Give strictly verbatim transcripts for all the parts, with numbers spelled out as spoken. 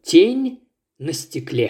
Тень на стекле.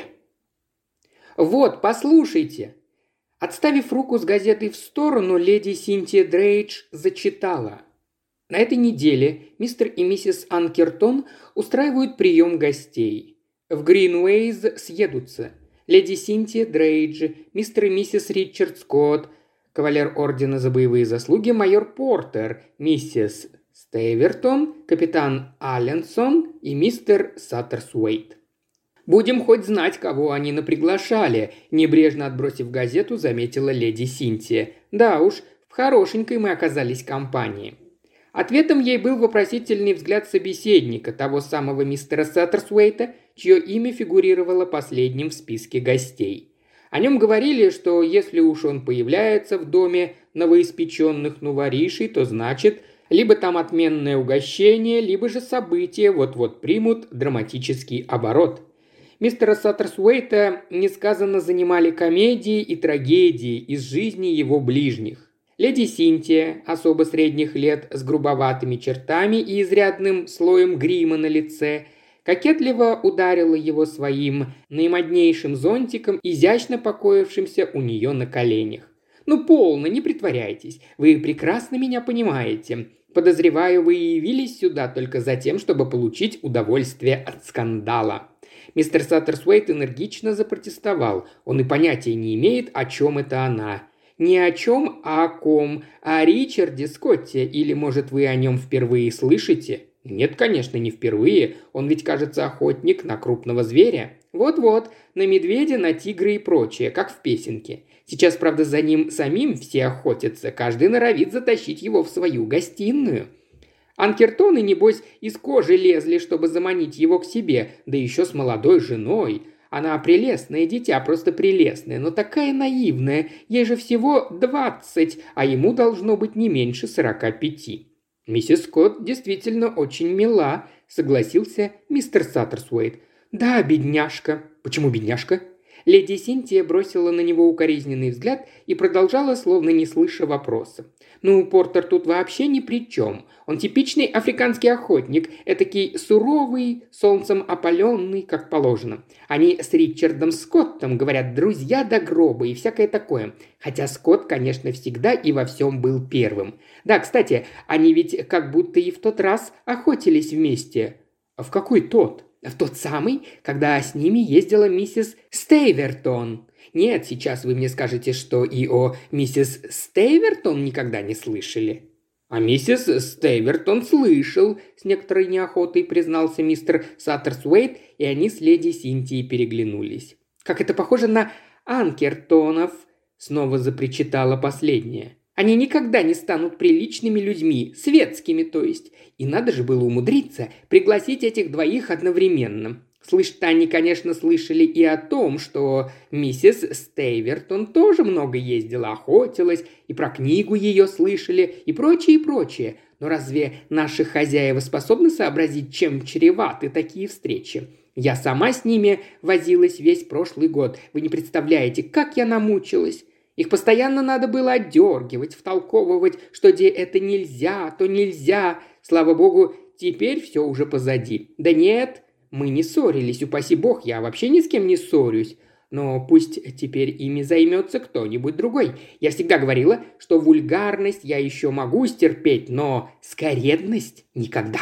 «Вот, послушайте!» Отставив руку с газетой в сторону, леди Синтия Дрейдж зачитала. На этой неделе мистер и миссис Анкертон устраивают прием гостей. В Гринуэйз съедутся леди Синтия Дрейдж, мистер и миссис Ричард Скотт, кавалер ордена за боевые заслуги майор Портер, миссис Стейвертон, капитан Алленсон и мистер Саттерсуэйт. «Будем хоть знать, кого они наприглашали», – небрежно отбросив газету, заметила леди Синтия. «Да уж, в хорошенькой мы оказались компании». Ответом ей был вопросительный взгляд собеседника, того самого мистера Саттерсуэйта, чье имя фигурировало последним в списке гостей. О нем говорили, что если уж он появляется в доме новоиспеченных нуворишей, то значит, либо там отменное угощение, либо же события вот-вот примут драматический оборот. Мистера Саттерсуэйта несказанно занимали комедии и трагедии из жизни его ближних. Леди Синтия, особо средних лет, с грубоватыми чертами и изрядным слоем грима на лице, кокетливо ударила его своим наимоднейшим зонтиком, изящно покоившимся у нее на коленях. «Ну, полно, не притворяйтесь, вы прекрасно меня понимаете. Подозреваю, вы явились сюда только за тем, чтобы получить удовольствие от скандала». Мистер Саттерсуэйт энергично запротестовал. Он и понятия не имеет, о чем это она. Не о чем, а о ком. О Ричарде Скотте. Или, может, вы о нем впервые слышите? Нет, конечно, не впервые. Он ведь, кажется, охотник на крупного зверя. Вот-вот, на медведя, на тигра и прочее, как в песенке. Сейчас, правда, за ним самим все охотятся. Каждый норовит затащить его в свою гостиную. Анкертоны, небось, из кожи лезли, чтобы заманить его к себе, да еще с молодой женой. Она прелестное дитя, просто прелестное, но такая наивная. Ей же всего двадцать, а ему должно быть не меньше сорока пяти. «Миссис Скотт действительно очень мила», — согласился мистер Саттерсуэйт. «Да, бедняжка». «Почему бедняжка?» Леди Синтия бросила на него укоризненный взгляд и продолжала, словно не слыша вопроса. «Ну, Портер тут вообще ни при чем. Он типичный африканский охотник, этакий суровый, солнцем опаленный, как положено. Они с Ричардом Скоттом, говорят, друзья до гроба и всякое такое. Хотя Скотт, конечно, всегда и во всем был первым. Да, кстати, они ведь как будто и в тот раз охотились вместе». «А в какой тот?» «В тот самый, когда с ними ездила миссис Стейвертон. Нет, сейчас вы мне скажете, что и о миссис Стейвертон никогда не слышали». «А миссис Стейвертон слышал», – с некоторой неохотой признался мистер Саттерсуэйт, и они с леди Синтией переглянулись. «Как это похоже на Анкертонов», – снова запричитала последняя. «Они никогда не станут приличными людьми, светскими, то есть. И надо же было умудриться пригласить этих двоих одновременно. Слышь-то они, конечно, слышали и о том, что миссис Стейвертон тоже много ездила, охотилась, и про книгу ее слышали, и прочее, и прочее. Но разве наши хозяева способны сообразить, чем чреваты такие встречи? Я сама с ними возилась весь прошлый год. Вы не представляете, как я намучилась. Их постоянно надо было отдергивать, втолковывать, что где это нельзя, то нельзя. Слава богу, теперь все уже позади. Да нет, мы не ссорились, упаси бог, я вообще ни с кем не ссорюсь. Но пусть теперь ими займется кто-нибудь другой. Я всегда говорила, что вульгарность я еще могу стерпеть, но скоредность никогда».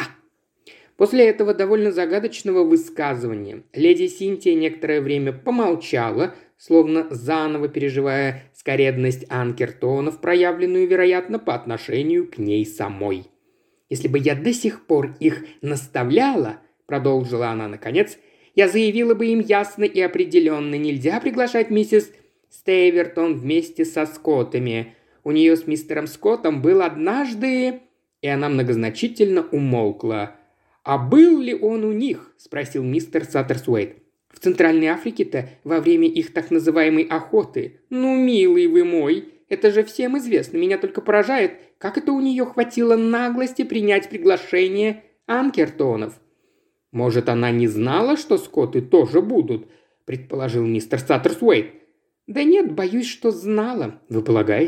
После этого довольно загадочного высказывания леди Синтия некоторое время помолчала, словно заново переживая скоредность Анкертонов, проявленную, вероятно, по отношению к ней самой. «Если бы я до сих пор их наставляла, — продолжила она наконец, — я заявила бы им ясно и определенно, нельзя приглашать миссис Стейвертон вместе со Скоттами. У нее с мистером Скоттом был однажды...» И она многозначительно умолкла. «А был ли он у них?» – спросил мистер Саттерсуэйт. «В Центральной Африке-то во время их так называемой охоты. Ну, милый вы мой, это же всем известно. Меня только поражает, как это у нее хватило наглости принять приглашение Анкертонов». «Может, она не знала, что Скотты тоже будут?» – предположил мистер Саттерсуэйт. «Да нет, боюсь, что знала. Вы полагаете?»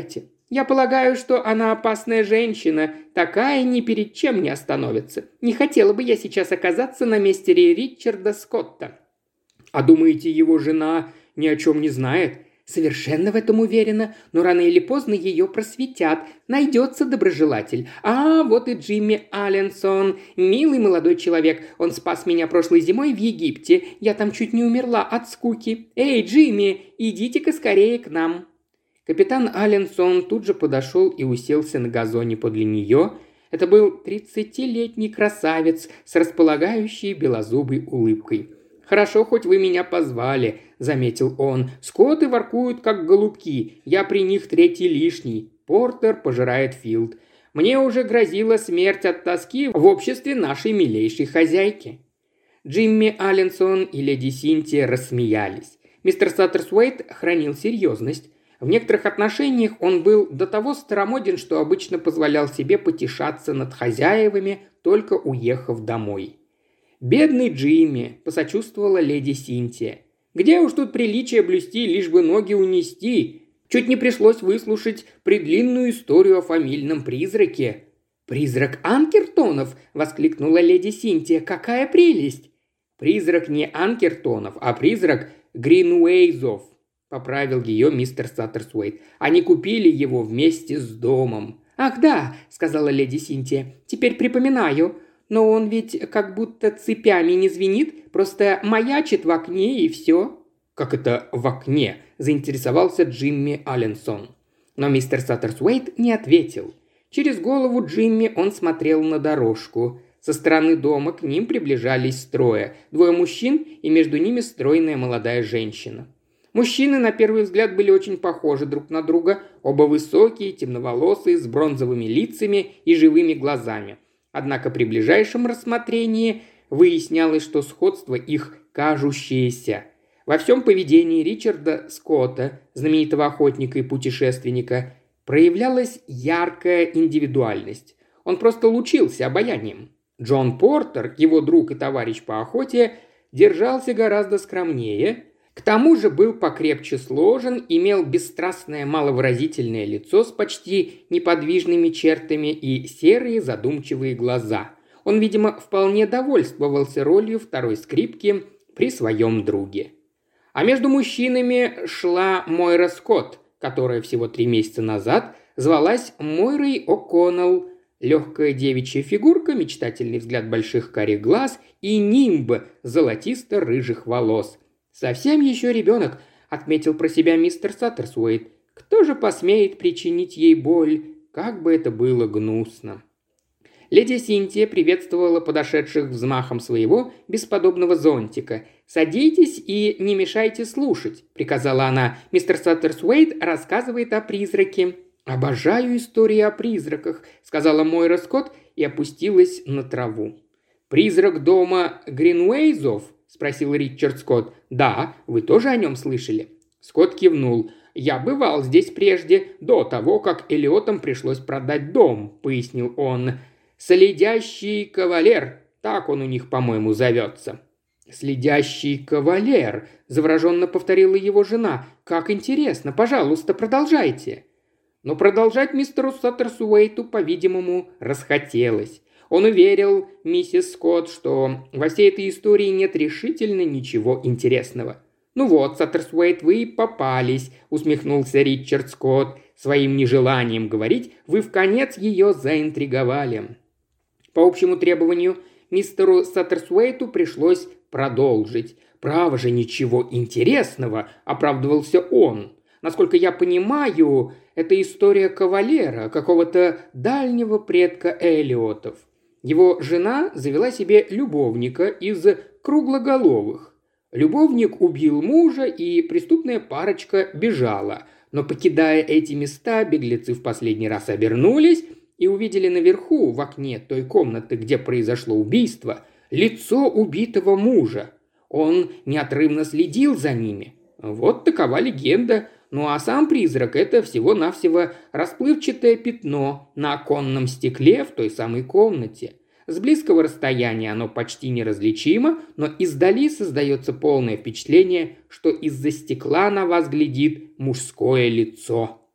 Я полагаю, что она опасная женщина, такая ни перед чем не остановится. Не хотела бы я сейчас оказаться на месте Ричарда Скотта». «А думаете, его жена ни о чем не знает?» «Совершенно в этом уверена, но рано или поздно ее просветят. Найдется доброжелатель. А вот и Джимми Алленсон, милый молодой человек. Он спас меня прошлой зимой в Египте. Я там чуть не умерла от скуки. Эй, Джимми, идите-ка скорее к нам». Капитан Алленсон тут же подошел и уселся на газоне подле нее. Это был тридцатилетний красавец с располагающей белозубой улыбкой. «Хорошо, хоть вы меня позвали», – заметил он. «Скоты воркуют, как голубки. Я при них третий лишний. Портер пожирает Филд. Мне уже грозила смерть от тоски в обществе нашей милейшей хозяйки». Джимми Алленсон и леди Синтия рассмеялись. Мистер Саттерсуэйт хранил серьезность. В некоторых отношениях он был до того старомоден, что обычно позволял себе потешаться над хозяевами, только уехав домой. «Бедный Джимми», – посочувствовала леди Синтия. «Где уж тут приличие блюсти, лишь бы ноги унести? Чуть не пришлось выслушать предлинную историю о фамильном призраке». «Призрак Анкертонов?» – воскликнула леди Синтия. «Какая прелесть!» «Призрак не Анкертонов, а призрак Гринуэйзов», – поправил ее мистер Саттерсуэйт. «Они купили его вместе с домом». «Ах да», – сказала леди Синтия. «Теперь припоминаю. Но он ведь как будто цепями не звенит, просто маячит в окне и все». «Как это в окне?» – заинтересовался Джимми Алленсон. Но мистер Саттерсуэйт не ответил. Через голову Джимми он смотрел на дорожку. Со стороны дома к ним приближались трое. Двое мужчин и между ними стройная молодая женщина. Мужчины на первый взгляд были очень похожи друг на друга. Оба высокие, темноволосые, с бронзовыми лицами и живыми глазами. Однако при ближайшем рассмотрении выяснялось, что сходство их кажущееся. Во всем поведении Ричарда Скотта, знаменитого охотника и путешественника, проявлялась яркая индивидуальность. Он просто лучился обаянием. Джон Портер, его друг и товарищ по охоте, держался гораздо скромнее. К тому же был покрепче сложен, имел бесстрастное маловыразительное лицо с почти неподвижными чертами и серые задумчивые глаза. Он, видимо, вполне довольствовался ролью второй скрипки при своем друге. А между мужчинами шла Мойра Скотт, которая всего три месяца назад звалась Мойрой О'Коннелл. Легкая девичья фигурка, мечтательный взгляд больших карих глаз и нимб золотисто-рыжих волос. «Совсем еще ребенок», – отметил про себя мистер Саттерсуэйт. «Кто же посмеет причинить ей боль? Как бы это было гнусно!» Леди Синтия приветствовала подошедших взмахом своего бесподобного зонтика. «Садитесь и не мешайте слушать», – приказала она. «Мистер Саттерсуэйт рассказывает о призраке». «Обожаю истории о призраках», – сказала Мойра Скотт и опустилась на траву. «Призрак дома Гринуэйзов?» – спросил Ричард Скотт. «Да, вы тоже о нем слышали?» Скотт кивнул. «Я бывал здесь прежде, до того, как Элиотам пришлось продать дом», – пояснил он. «Следящий кавалер, так он у них, по-моему, зовется». «Следящий кавалер», – завороженно повторила его жена. «Как интересно, пожалуйста, продолжайте». Но продолжать мистеру Саттерсуэйту, по-видимому, расхотелось. Он уверил миссис Скотт, что во всей этой истории нет решительно ничего интересного. «Ну вот, Саттерсуэйт, вы попались», – усмехнулся Ричард Скотт. «Своим нежеланием говорить вы вконец ее заинтриговали». По общему требованию мистеру Саттерсуэйту пришлось продолжить. «Право же, ничего интересного», – оправдывался он. «Насколько я понимаю, это история кавалера, какого-то дальнего предка Элиотов. Его жена завела себе любовника из круглоголовых. Любовник убил мужа, и преступная парочка бежала. Но, покидая эти места, беглецы в последний раз обернулись и увидели наверху, в окне той комнаты, где произошло убийство, лицо убитого мужа. Он неотрывно следил за ними. Вот такова легенда. Ну а сам призрак – это всего-навсего расплывчатое пятно на оконном стекле в той самой комнате. С близкого расстояния оно почти неразличимо, но издали создается полное впечатление, что из-за стекла на вас глядит мужское лицо.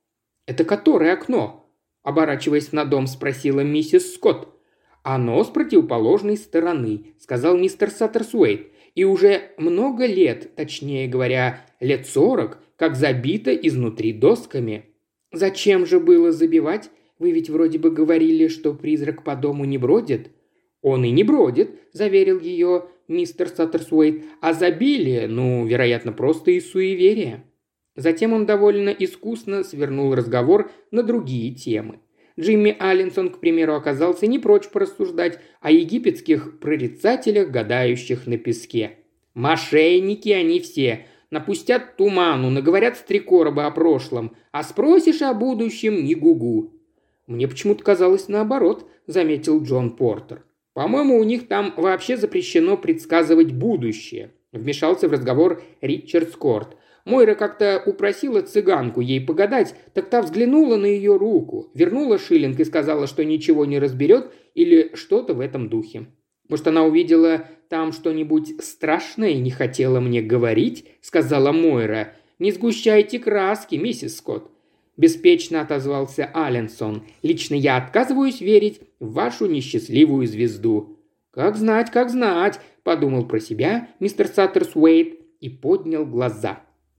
«Это которое окно?» – оборачиваясь на дом, спросила миссис Скотт. «Оно с противоположной стороны», – сказал мистер Саттерсуэйт. «И уже много лет, точнее говоря, лет сорок, как забито изнутри досками». «Зачем же было забивать? Вы ведь вроде бы говорили, что призрак по дому не бродит». «Он и не бродит», – заверил ее мистер Саттерсуэйт. «А забили, ну, вероятно, просто из суеверия». Затем он довольно искусно свернул разговор на другие темы. Джимми Алленсон, к примеру, оказался не прочь порассуждать о египетских прорицателях, гадающих на песке. «Мошенники они все, напустят туману, наговорят стрекоробы о прошлом, а спросишь о будущем – ни гугу». «Мне почему-то казалось наоборот», – заметил Джон Портер. «По-моему, у них там вообще запрещено предсказывать будущее», – вмешался в разговор Ричард Скорт. Мойра как-то упросила цыганку ей погадать, так та взглянула на ее руку, вернула шиллинг и сказала, что ничего не разберет или что-то в этом духе. «Может, она увидела там что-нибудь страшное и не хотела мне говорить?» – сказала Мойра. «Не сгущайте краски, миссис Скотт». Беспечно отозвался Алленсон. «Лично я отказываюсь верить в вашу несчастливую звезду». «Как знать, как знать», – подумал про себя мистер Саттерсуэйт и поднял глаза.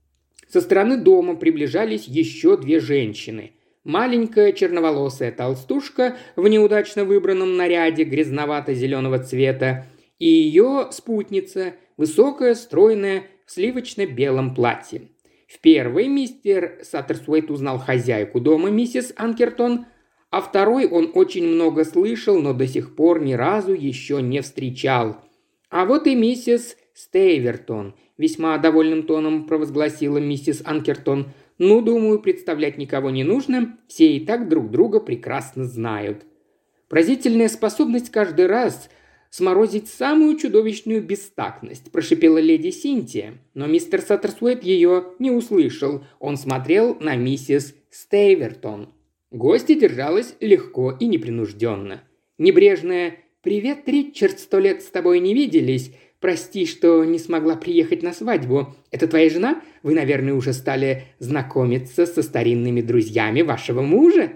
Со стороны дома приближались еще две женщины. Маленькая черноволосая толстушка в неудачно выбранном наряде грязновато-зеленого цвета и ее спутница, высокая, стройная, в сливочно-белом платье. В первой мистер Саттерсуэйт узнал хозяйку дома, миссис Анкертон, а второй он очень много слышал, но до сих пор ни разу еще не встречал. А вот и миссис Стейвертон, весьма довольным тоном провозгласила миссис Анкертон. «Ну, думаю, представлять никого не нужно, все и так друг друга прекрасно знают». «Поразительная способность каждый раз сморозить самую чудовищную бестактность», – прошипела леди Синтия. Но мистер Саттерсуэйт ее не услышал. Он смотрел на миссис Стейвертон. Гостья держалась легко и непринужденно. Небрежная «Привет, Ричард, сто лет с тобой не виделись. Прости, что не смогла приехать на свадьбу. Это твоя жена? Вы, наверное, уже стали знакомиться со старинными друзьями вашего мужа?»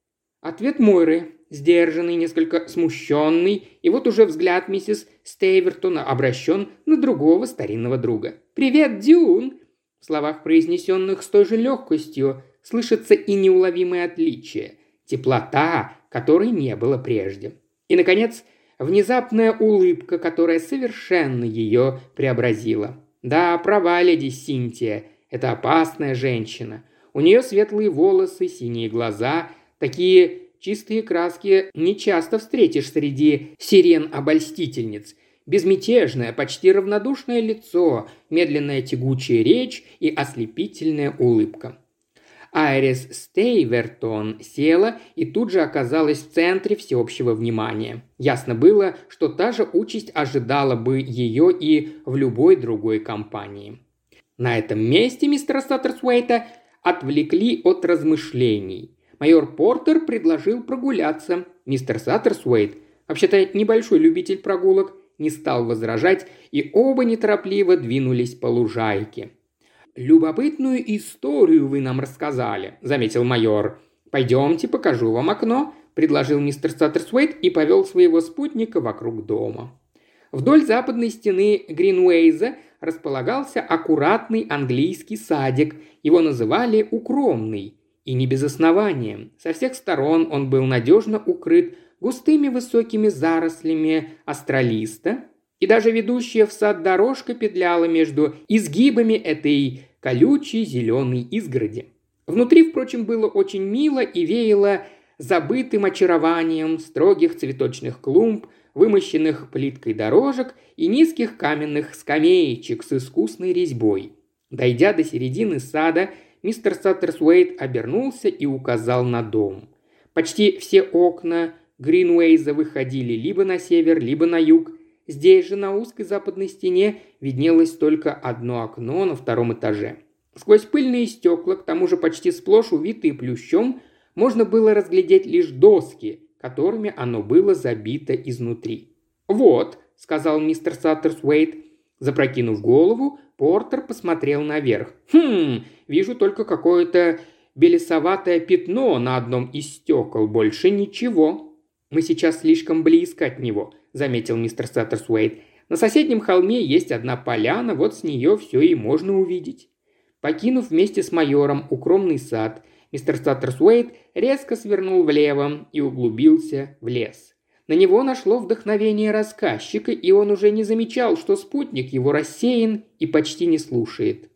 Ответ Мойры, сдержанный, несколько смущенный, и вот уже взгляд миссис Стейвертона обращен на другого старинного друга. «Привет, Дюн!» В словах, произнесенных с той же легкостью, слышится и неуловимое отличие, теплота, которой не было прежде. И, наконец, внезапная улыбка, которая совершенно ее преобразила. Да, права леди Синтия, это опасная женщина. У нее светлые волосы, синие глаза, такие чистые краски не часто встретишь среди сирен-обольстительниц. Безмятежное, почти равнодушное лицо, медленная тягучая речь и ослепительная улыбка. Айрис Стейвертон села и тут же оказалась в центре всеобщего внимания. Ясно было, что та же участь ожидала бы ее и в любой другой компании. На этом месте мистера Саттерсуэйта отвлекли от размышлений. Майор Портер предложил прогуляться. Мистер Саттерсуэйт, вообще-то небольшой любитель прогулок, не стал возражать, и оба неторопливо двинулись по лужайке. «Любопытную историю вы нам рассказали», – заметил майор. «Пойдемте, покажу вам окно», – предложил мистер Саттерсуэйт и повел своего спутника вокруг дома. Вдоль западной стены Гринуэйза располагался аккуратный английский садик. Его называли «укромный». И не без основания. Со всех сторон он был надежно укрыт густыми высокими зарослями астролиста, и даже ведущая в сад дорожка петляла между изгибами этой колючей зеленой изгороди. Внутри, впрочем, было очень мило и веяло забытым очарованием строгих цветочных клумб, вымощенных плиткой дорожек и низких каменных скамеечек с искусной резьбой. Дойдя до середины сада, мистер Саттерсуэйт обернулся и указал на дом. Почти все окна Гринуэйза выходили либо на север, либо на юг. Здесь же на узкой западной стене виднелось только одно окно на втором этаже. Сквозь пыльные стекла, к тому же почти сплошь увитые плющом, можно было разглядеть лишь доски, которыми оно было забито изнутри. «Вот», — сказал мистер Саттерсуэйт. Запрокинув голову, Портер посмотрел наверх. «Хм, вижу только какое-то белесоватое пятно на одном из стекол, больше ничего». «Мы сейчас слишком близко от него», – заметил мистер Саттерсуэйт. «На соседнем холме есть одна поляна, вот с нее все и можно увидеть». Покинув вместе с майором укромный сад, мистер Саттерсуэйт резко свернул влево и углубился в лес. На него нашло вдохновение рассказчика, и он уже не замечал, что спутник его рассеян и почти не слушает.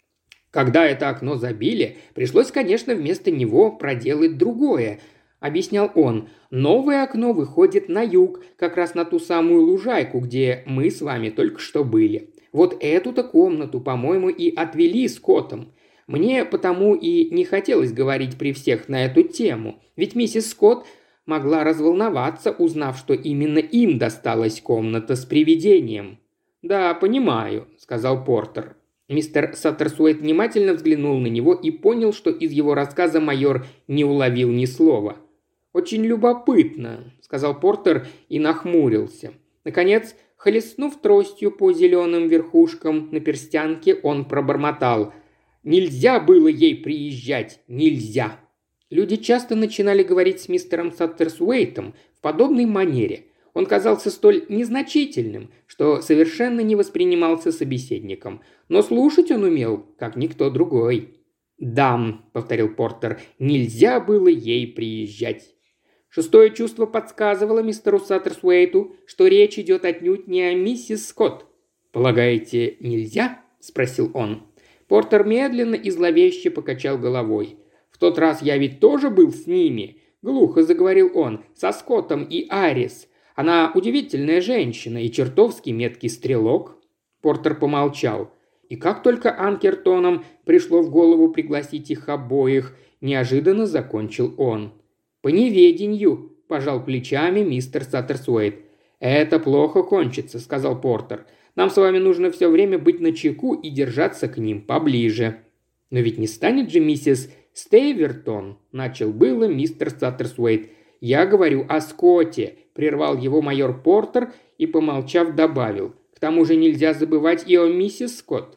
«Когда это окно забили, пришлось, конечно, вместо него проделать другое», – объяснял он. «Новое окно выходит на юг, как раз на ту самую лужайку, где мы с вами только что были. Вот эту-то комнату, по-моему, и отвели Скоттом. Мне потому и не хотелось говорить при всех на эту тему, ведь миссис Скотт могла разволноваться, узнав, что именно им досталась комната с привидением». «Да, понимаю», – сказал Портер. Мистер Саттерсуэйт внимательно взглянул на него и понял, что из его рассказа майор не уловил ни слова. «Очень любопытно», – сказал Портер и нахмурился. Наконец, хлестнув тростью по зеленым верхушкам на перстянке, он пробормотал: «Нельзя было ей приезжать, нельзя!» Люди часто начинали говорить с мистером Саттерсуэйтом в подобной манере. Он казался столь незначительным, что совершенно не воспринимался собеседником. Но слушать он умел, как никто другой. «Да», — повторил Портер, — «нельзя было ей приезжать». Шестое чувство подсказывало мистеру Саттерсуэйту, что речь идет отнюдь не о миссис Скотт. «Полагаете, нельзя?» – спросил он. Портер медленно и зловеще покачал головой. «В тот раз я ведь тоже был с ними», – глухо заговорил он, – «со Скоттом и Арис. Она удивительная женщина и чертовски меткий стрелок». Портер помолчал. И как только Анкертонам пришло в голову пригласить их обоих, неожиданно закончил он. «По неведению», – пожал плечами мистер Саттерсуэйт. «Это плохо кончится», – сказал Портер. «Нам с вами нужно все время быть начеку и держаться к ним поближе». «Но ведь не станет же миссис Стейвертон», – начал было мистер Саттерсуэйт. «Я говорю о Скотте», – прервал его майор Портер и, помолчав, добавил. «К тому же нельзя забывать и о миссис Скотт».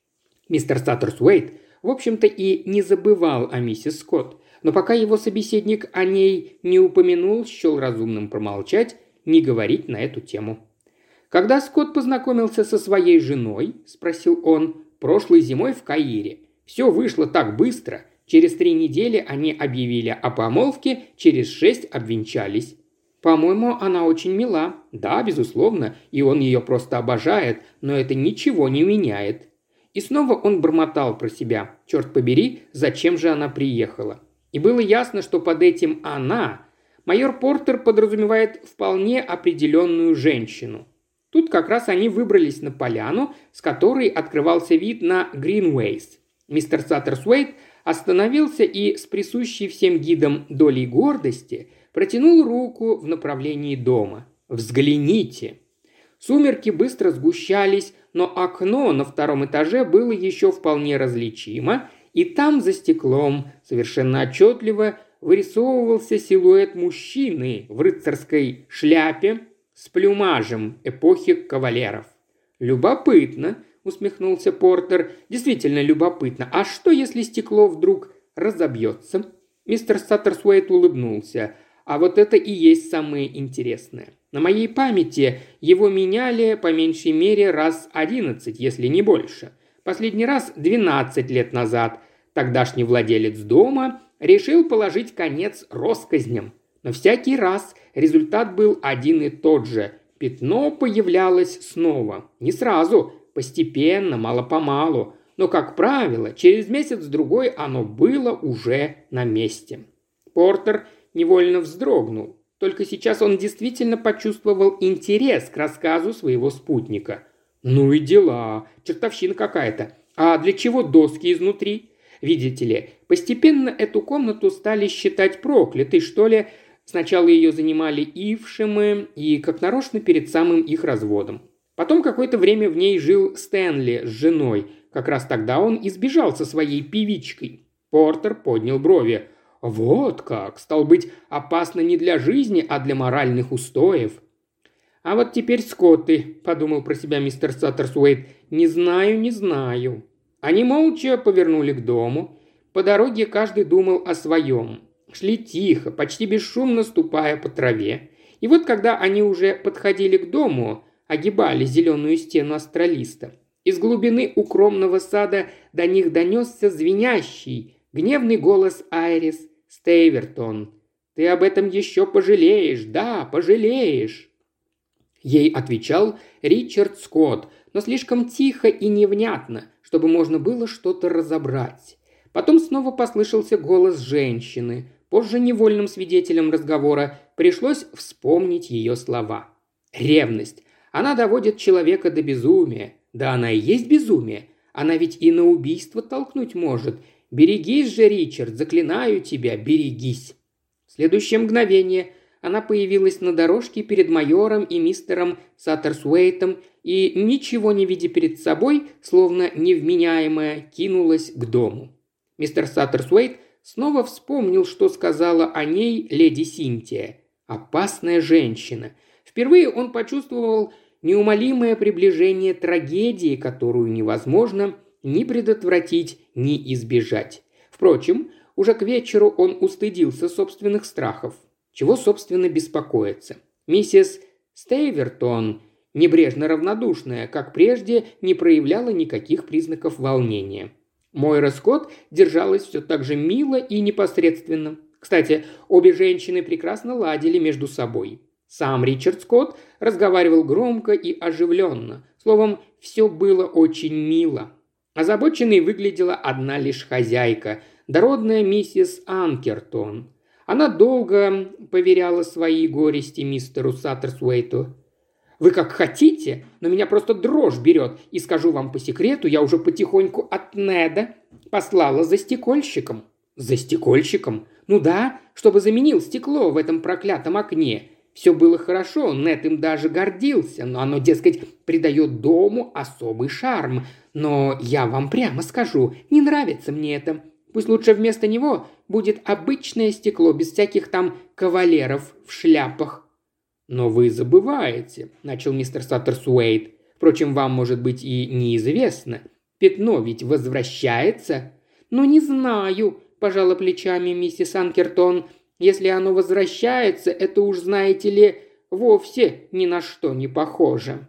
Мистер Саттерсуэйт, в общем-то, и не забывал о миссис Скотт. Но пока его собеседник о ней не упомянул, счел разумным промолчать, не говорить на эту тему. «Когда Скотт познакомился со своей женой?» – спросил он. «Прошлой зимой в Каире. Все вышло так быстро. Через три недели они объявили о помолвке, через шесть обвенчались». «По-моему, она очень мила». «Да, безусловно, и он ее просто обожает, но это ничего не меняет». И снова он бормотал про себя. «Черт побери, зачем же она приехала?» И было ясно, что под этим «она» майор Портер подразумевает вполне определенную женщину. Тут как раз они выбрались на поляну, с которой открывался вид на Гринуэйс. Мистер Саттерсуэйт остановился и с присущей всем гидам долей гордости протянул руку в направлении дома. «Взгляните!» Сумерки быстро сгущались, но окно на втором этаже было еще вполне различимо, и там за стеклом совершенно отчетливо вырисовывался силуэт мужчины в рыцарской шляпе с плюмажем эпохи кавалеров. «Любопытно», – усмехнулся Портер, – «действительно любопытно. А что, если стекло вдруг разобьется?» Мистер Саттерсуэйт улыбнулся. «А вот это и есть самое интересное. На моей памяти его меняли по меньшей мере раз одиннадцать, если не больше. Последний раз двенадцать лет назад. Тогдашний владелец дома решил положить конец россказням. Но всякий раз результат был один и тот же. Пятно появлялось снова. Не сразу, постепенно, мало-помалу. Но, как правило, через месяц-другой оно было уже на месте». Портер невольно вздрогнул. Только сейчас он действительно почувствовал интерес к рассказу своего спутника. «Ну и дела. Чертовщина какая-то. А для чего доски изнутри? Видите ли, постепенно эту комнату стали считать проклятой, что ли. Сначала ее занимали Ившемы и как нарочно перед самым их разводом. Потом какое-то время в ней жил Стэнли с женой. Как раз тогда он и сбежал со своей певичкой». Портер поднял брови. «Вот как! Стал быть, опасно не для жизни, а для моральных устоев». «А вот теперь скотты», – подумал про себя мистер Саттерсуэйт. «Не знаю, не знаю». Они молча повернули к дому. По дороге каждый думал о своем. Шли тихо, почти бесшумно ступая по траве. И вот когда они уже подходили к дому, огибали зеленую стену астралиста, из глубины укромного сада до них донесся звенящий, гневный голос Айрис Стейвертон. «Ты об этом еще пожалеешь, да, пожалеешь!» Ей отвечал Ричард Скотт, но слишком тихо и невнятно, чтобы можно было что-то разобрать. Потом снова послышался голос женщины. Позже невольным свидетелем разговора пришлось вспомнить ее слова. «Ревность. Она доводит человека до безумия. Да она и есть безумие. Она ведь и на убийство толкнуть может. Берегись же, Ричард, заклинаю тебя, берегись». В следующее мгновение она появилась на дорожке перед майором и мистером Саттерсуэйтом и, ничего не видя перед собой, словно невменяемая, кинулась к дому. Мистер Саттерсуэйт снова вспомнил, что сказала о ней леди Синтия. Опасная женщина. Впервые он почувствовал неумолимое приближение трагедии, которую невозможно ни предотвратить, ни избежать. Впрочем, уже к вечеру он устыдился собственных страхов. Чего, собственно, беспокоиться? Миссис Стейвертон, небрежно равнодушная, как прежде, не проявляла никаких признаков волнения. Мойра Скотт держалась все так же мило и непосредственно. Кстати, обе женщины прекрасно ладили между собой. Сам Ричард Скотт разговаривал громко и оживленно. Словом, все было очень мило. Озабоченной выглядела одна лишь хозяйка, дородная миссис Анкертон. Она долго поверяла свои горести мистеру Саттерсуэйту. «Вы как хотите, но меня просто дрожь берет, и скажу вам по секрету, я уже потихоньку от Неда послала за стекольщиком». «За стекольщиком? Ну да, чтобы заменил стекло в этом проклятом окне. Все было хорошо, Нед им даже гордился, но оно, дескать, придает дому особый шарм. Но я вам прямо скажу, не нравится мне это. Пусть лучше вместо него будет обычное стекло, без всяких там кавалеров в шляпах». «Но вы забываете», – начал мистер Саттерсуэйт. «Впрочем, вам, может быть, и неизвестно. Пятно ведь возвращается». «Ну, не знаю», – пожала плечами миссис Анкертон. «Если оно возвращается, это уж, знаете ли, вовсе ни на что не похоже».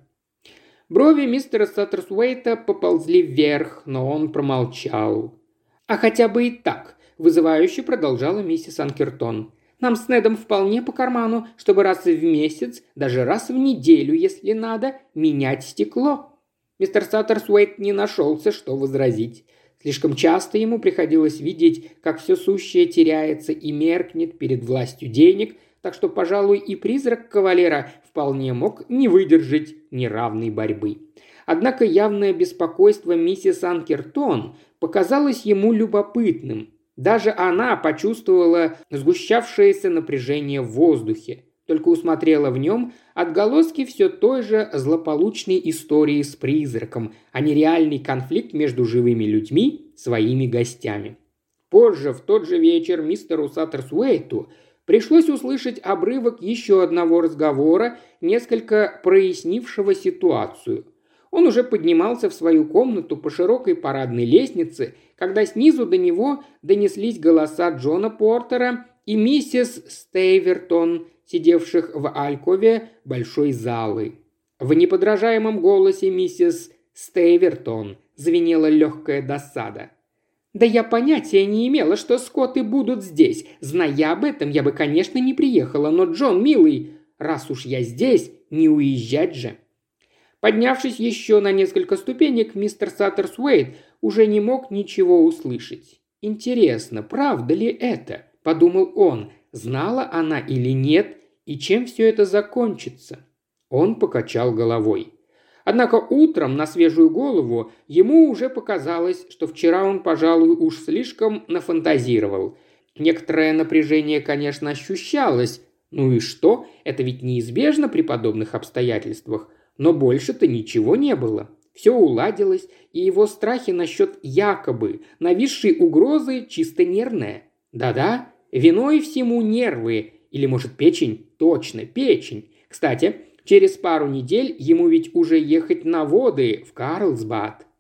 Брови мистера Саттерсуэйта поползли вверх, но он промолчал. «А хотя бы и так», – вызывающе продолжала миссис Анкертон. «Нам с Недом вполне по карману, чтобы раз в месяц, даже раз в неделю, если надо, менять стекло». Мистер Саттерсуэйт не нашелся, что возразить. Слишком часто ему приходилось видеть, как все сущее теряется и меркнет перед властью денег, так что, пожалуй, и призрак кавалера вполне мог не выдержать неравной борьбы. Однако явное беспокойство миссис Анкертон показалось ему любопытным. Даже она почувствовала сгущавшееся напряжение в воздухе, только усмотрела в нем отголоски все той же злополучной истории с призраком, а не реальный конфликт между живыми людьми, своими гостями. Позже, в тот же вечер, мистеру Саттерсуэйту пришлось услышать обрывок еще одного разговора, несколько прояснившего ситуацию. Он уже поднимался в свою комнату по широкой парадной лестнице, когда снизу до него донеслись голоса Джона Портера и миссис Стейвертон, сидевших в алькове большой залы. В неподражаемом голосе миссис Стейвертон звенела легкая досада. «Да я понятия не имела, что скоты будут здесь. Зная об этом, я бы, конечно, не приехала, но, Джон, милый, раз уж я здесь, не уезжать же». Поднявшись еще на несколько ступенек, мистер Саттерсуэйт уже не мог ничего услышать. «Интересно, правда ли это?» – подумал он. Знала она или нет, и чем все это закончится? Он покачал головой. Однако утром на свежую голову ему уже показалось, что вчера он, пожалуй, уж слишком нафантазировал. Некоторое напряжение, конечно, ощущалось. Ну и что? Это ведь неизбежно при подобных обстоятельствах. Но больше-то ничего не было. Все уладилось, и его страхи насчет якобы нависшей угрозы чисто нервные. Да-да, виной всему нервы. Или, может, печень? Точно, печень. Кстати, через пару недель ему ведь уже ехать на воды в Карлсбад.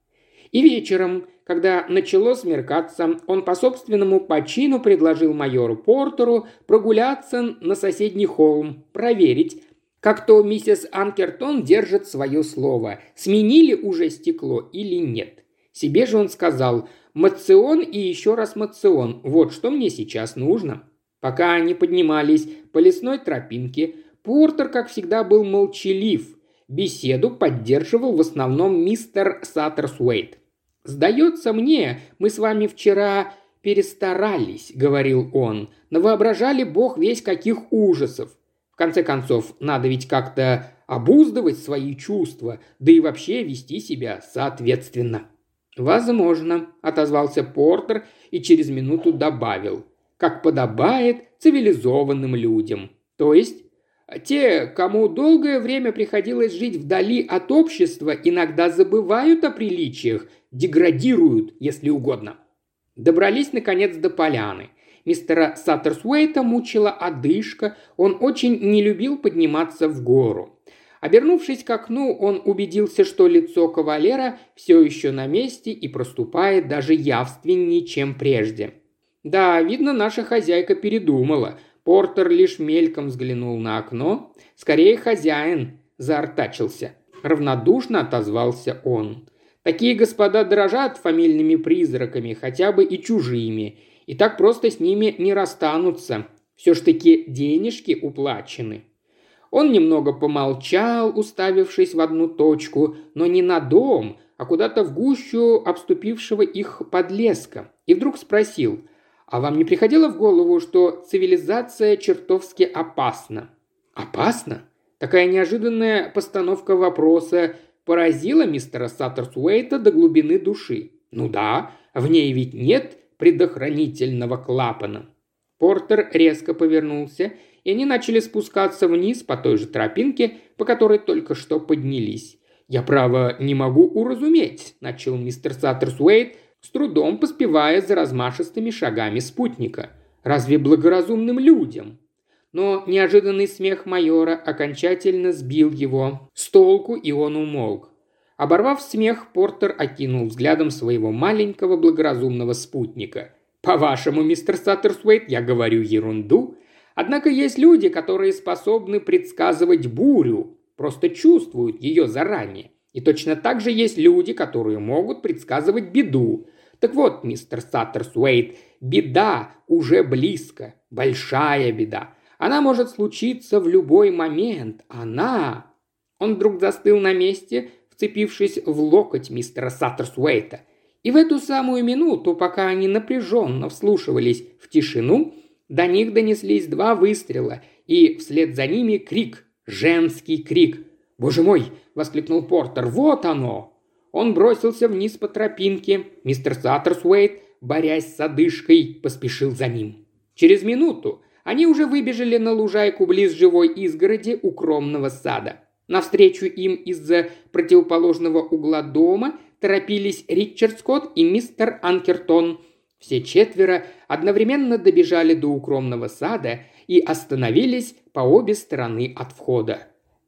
И вечером, когда начало смеркаться, он по собственному почину предложил майору Портеру прогуляться на соседний холм, проверить, как то миссис Анкертон держит свое слово, сменили уже стекло или нет. Себе же он сказал: «Мацион и еще раз мацион, вот что мне сейчас нужно». Пока они поднимались по лесной тропинке, Портер, как всегда, был молчалив. Беседу поддерживал в основном мистер Саттерсуэйт. «Сдается мне, мы с вами вчера перестарались», — говорил он, — «навоображали бог весь каких ужасов. В конце концов, надо ведь как-то обуздывать свои чувства, да и вообще вести себя соответственно». «Возможно», — отозвался Портер и через минуту добавил, «как подобает цивилизованным людям. То есть те, кому долгое время приходилось жить вдали от общества, иногда забывают о приличиях, деградируют, если угодно». Добрались, наконец, до поляны. Мистера Саттерсуэйта мучила одышка, он очень не любил подниматься в гору. Обернувшись к окну, он убедился, что лицо кавалера все еще на месте и проступает даже явственнее, чем прежде. Да, видно, наша хозяйка передумала. Портер лишь мельком взглянул на окно. Скорее, хозяин заортачился. Равнодушно отозвался он. Такие господа дрожат фамильными призраками, хотя бы и чужими, и так просто с ними не расстанутся. Все ж таки денежки уплачены. Он немного помолчал, уставившись в одну точку, но не на дом, а куда-то в гущу обступившего их подлеска, и вдруг спросил: «А вам не приходило в голову, что цивилизация чертовски опасна?» «Опасна?» Такая неожиданная постановка вопроса поразила мистера Саттерсуэйта до глубины души. «Ну да, в ней ведь нет предохранительного клапана». Портер резко повернулся, и они начали спускаться вниз по той же тропинке, по которой только что поднялись. «Я, право, не могу уразуметь», – начал мистер Саттерсуэйт, с трудом поспевая за размашистыми шагами спутника. «Разве благоразумным людям?» Но неожиданный смех майора окончательно сбил его с толку, и он умолк. Оборвав смех, Портер окинул взглядом своего маленького благоразумного спутника. «По-вашему, мистер Саттерсуэйт, я говорю ерунду? Однако есть люди, которые способны предсказывать бурю, просто чувствуют ее заранее. И точно так же есть люди, которые могут предсказывать беду. Так вот, мистер Саттерсуэйт, беда уже близко, большая беда. Она может случиться в любой момент. Она...» Он вдруг застыл на месте, вцепившись в локоть мистера Саттерсуэйта. И в эту самую минуту, пока они напряженно вслушивались в тишину, до них донеслись два выстрела, и вслед за ними крик, женский крик. «Боже мой!» – воскликнул Портер. «Вот оно!» Он бросился вниз по тропинке. Мистер Саттерсуэйт, борясь с одышкой, поспешил за ним. Через минуту они уже выбежали на лужайку близ живой изгороди укромного сада. Навстречу им из-за противоположного угла дома торопились Ричард Скотт и мистер Анкертон. Все четверо одновременно добежали до укромного сада и остановились по обе стороны от входа.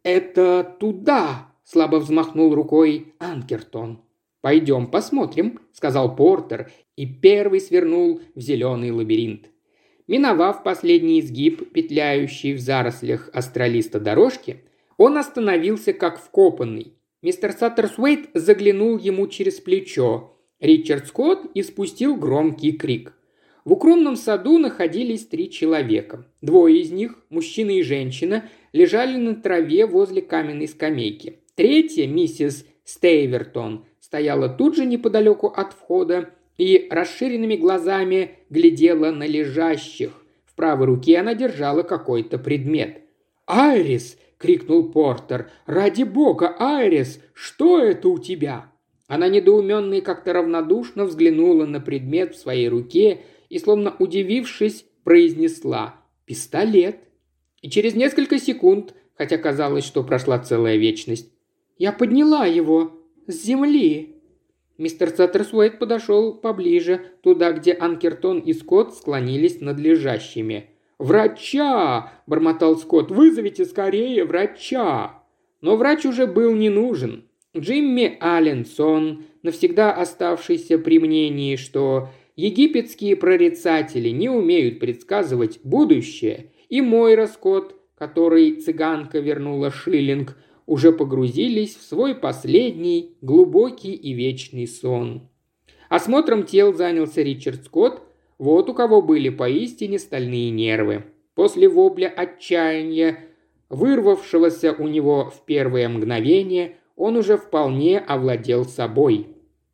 «Это туда!» – слабо взмахнул рукой Анкертон. «Пойдем посмотрим», – сказал Портер, и первый свернул в зеленый лабиринт. Миновав последний изгиб, петляющий в зарослях астролиста дорожки, он остановился как вкопанный. Мистер Саттерсуэйт заглянул ему через плечо. Ричард Скотт испустил громкий крик. В укромном саду находились три человека. Двое из них, мужчина и женщина, лежали на траве возле каменной скамейки. Третья, миссис Стейвертон, стояла тут же неподалеку от входа и расширенными глазами глядела на лежащих. В правой руке она держала какой-то предмет. «Айрис!» – крикнул Портер. «Ради бога, Айрис! Что это у тебя?» Она недоуменно и как-то равнодушно взглянула на предмет в своей руке и, словно удивившись, произнесла «Пистолет». И через несколько секунд, хотя казалось, что прошла целая вечность, «Я подняла его с земли». Мистер Саттерсуэйт подошел поближе, туда, где Анкертон и Скотт склонились над лежащими. «Врача!» – бормотал Скотт. «Вызовите скорее врача!» Но врач уже был не нужен. Джимми Алленсон, навсегда оставшийся при мнении, что египетские прорицатели не умеют предсказывать будущее, и Мойра Скотт, которой цыганка вернула шиллинг, уже погрузились в свой последний, глубокий и вечный сон. Осмотром тел занялся Ричард Скотт, вот у кого были поистине стальные нервы. После вопля отчаяния, вырвавшегося у него в первое мгновение, он уже вполне овладел собой.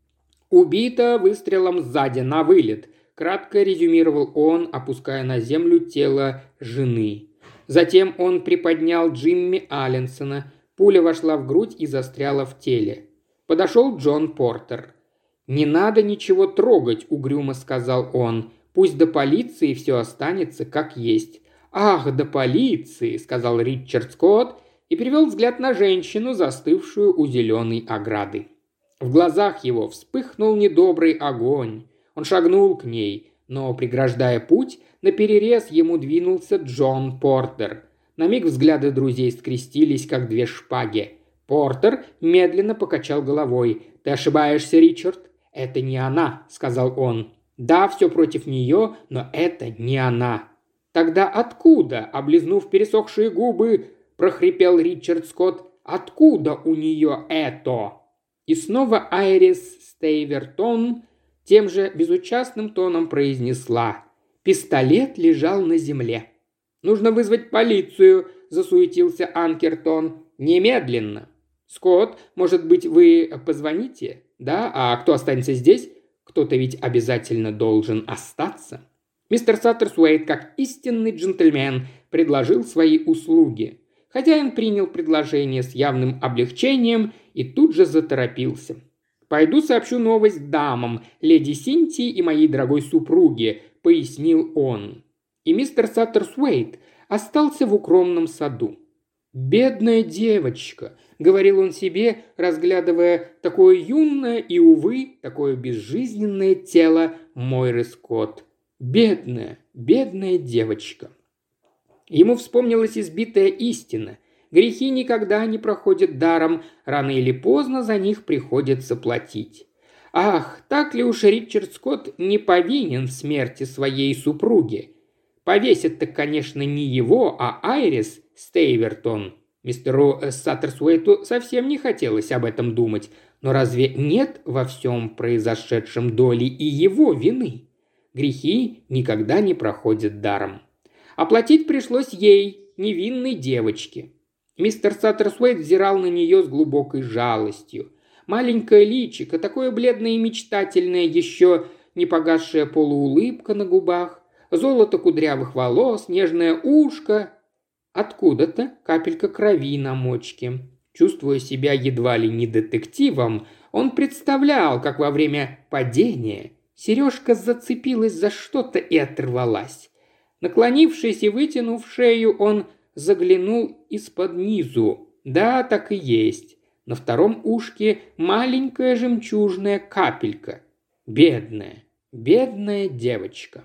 «Убито выстрелом сзади, на вылет», – кратко резюмировал он, опуская на землю тело жены. Затем он приподнял Джимми Алленсона. Пуля вошла в грудь и застряла в теле. Подошел Джон Портер. «Не надо ничего трогать», – угрюмо сказал он. «Пусть до полиции все останется как есть». «Ах, до полиции», – сказал Ричард Скотт и перевел взгляд на женщину, застывшую у зеленой ограды. В глазах его вспыхнул недобрый огонь. Он шагнул к ней, но, преграждая путь, наперерез ему двинулся Джон Портер. На миг взгляды друзей скрестились, как две шпаги. Портер медленно покачал головой. «Ты ошибаешься, Ричард. Это не она», — сказал он. «Да, все против нее, но это не она». «Тогда откуда?» – облизнув пересохшие губы, прохрипел Ричард Скотт. «Откуда у нее это?» И снова Айрис Стейвертон тем же безучастным тоном произнесла. Пистолет лежал на земле. «Нужно вызвать полицию», – засуетился Анкертон. «Немедленно». «Скотт, может быть, вы позвоните?» «Да? А кто останется здесь? Кто-то ведь обязательно должен остаться». Мистер Саттерсуэйт, как истинный джентльмен, предложил свои услуги. Хозяин принял предложение с явным облегчением и тут же заторопился. «Пойду сообщу новость дамам, леди Синтии и моей дорогой супруге», – пояснил он. И мистер Саттерсуэйт остался в укромном саду. «Бедная девочка», – говорил он себе, разглядывая такое юное и, увы, такое безжизненное тело Мойры Скотт. Бедная, бедная девочка. Ему вспомнилась избитая истина. Грехи никогда не проходят даром, рано или поздно за них приходится платить. Ах, так ли уж Ричард Скотт не повинен в смерти своей супруги? Повесят-то, конечно, не его, а Айрис Стейвертон. Мистеру Саттерсуэйту совсем не хотелось об этом думать, но разве нет во всем произошедшем доли и его вины? Грехи никогда не проходят даром. Оплатить пришлось ей, невинной девочке. Мистер Саттерсуэйт взирал на нее с глубокой жалостью. Маленькое личико, такое бледное и мечтательное, еще не погасшая полуулыбка на губах, золото кудрявых волос, нежное ушко. Откуда-то капелька крови на мочке. Чувствуя себя едва ли не детективом, он представлял, как во время падения сережка зацепилась за что-то и оторвалась. Наклонившись и вытянув шею, он заглянул из-под низу. Да, так и есть. На втором ушке маленькая жемчужная капелька. Бедная, бедная девочка.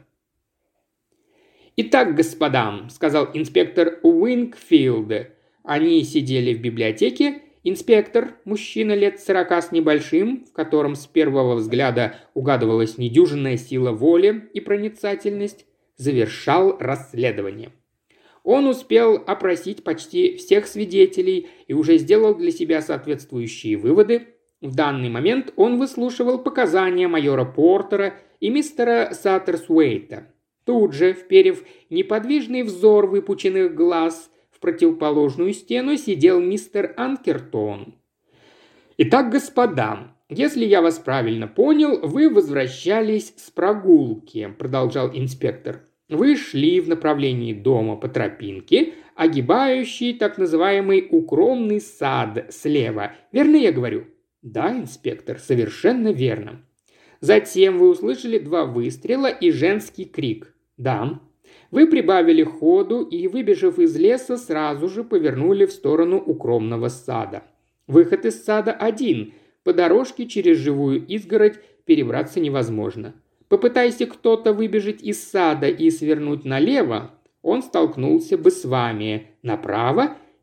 «Итак, господа», – сказал инспектор Уинкфилд. Они сидели в библиотеке. Инспектор, мужчина лет сорока с небольшим, в котором с первого взгляда угадывалась недюжинная сила воли и проницательность, завершал расследование. Он успел опросить почти всех свидетелей и уже сделал для себя соответствующие выводы. В данный момент он выслушивал показания майора Портера и мистера Саттерсуэйта. Тут же, вперев неподвижный взор выпученных глаз в противоположную стену, сидел мистер Анкертон. «Итак, господа, если я вас правильно понял, вы возвращались с прогулки», – продолжал инспектор. «Вы шли в направлении дома по тропинке, огибающей так называемый укромный сад слева. Верно я говорю?» «Да, инспектор, совершенно верно». «Затем вы услышали два выстрела и женский крик». «Да». Вы прибавили ходу и, выбежав из леса, сразу же повернули в сторону укромного сада. Выход из сада один. По дорожке через живую изгородь перебраться невозможно. Попытайся кто-то выбежать из сада и свернуть налево, он столкнулся бы с вами. Направо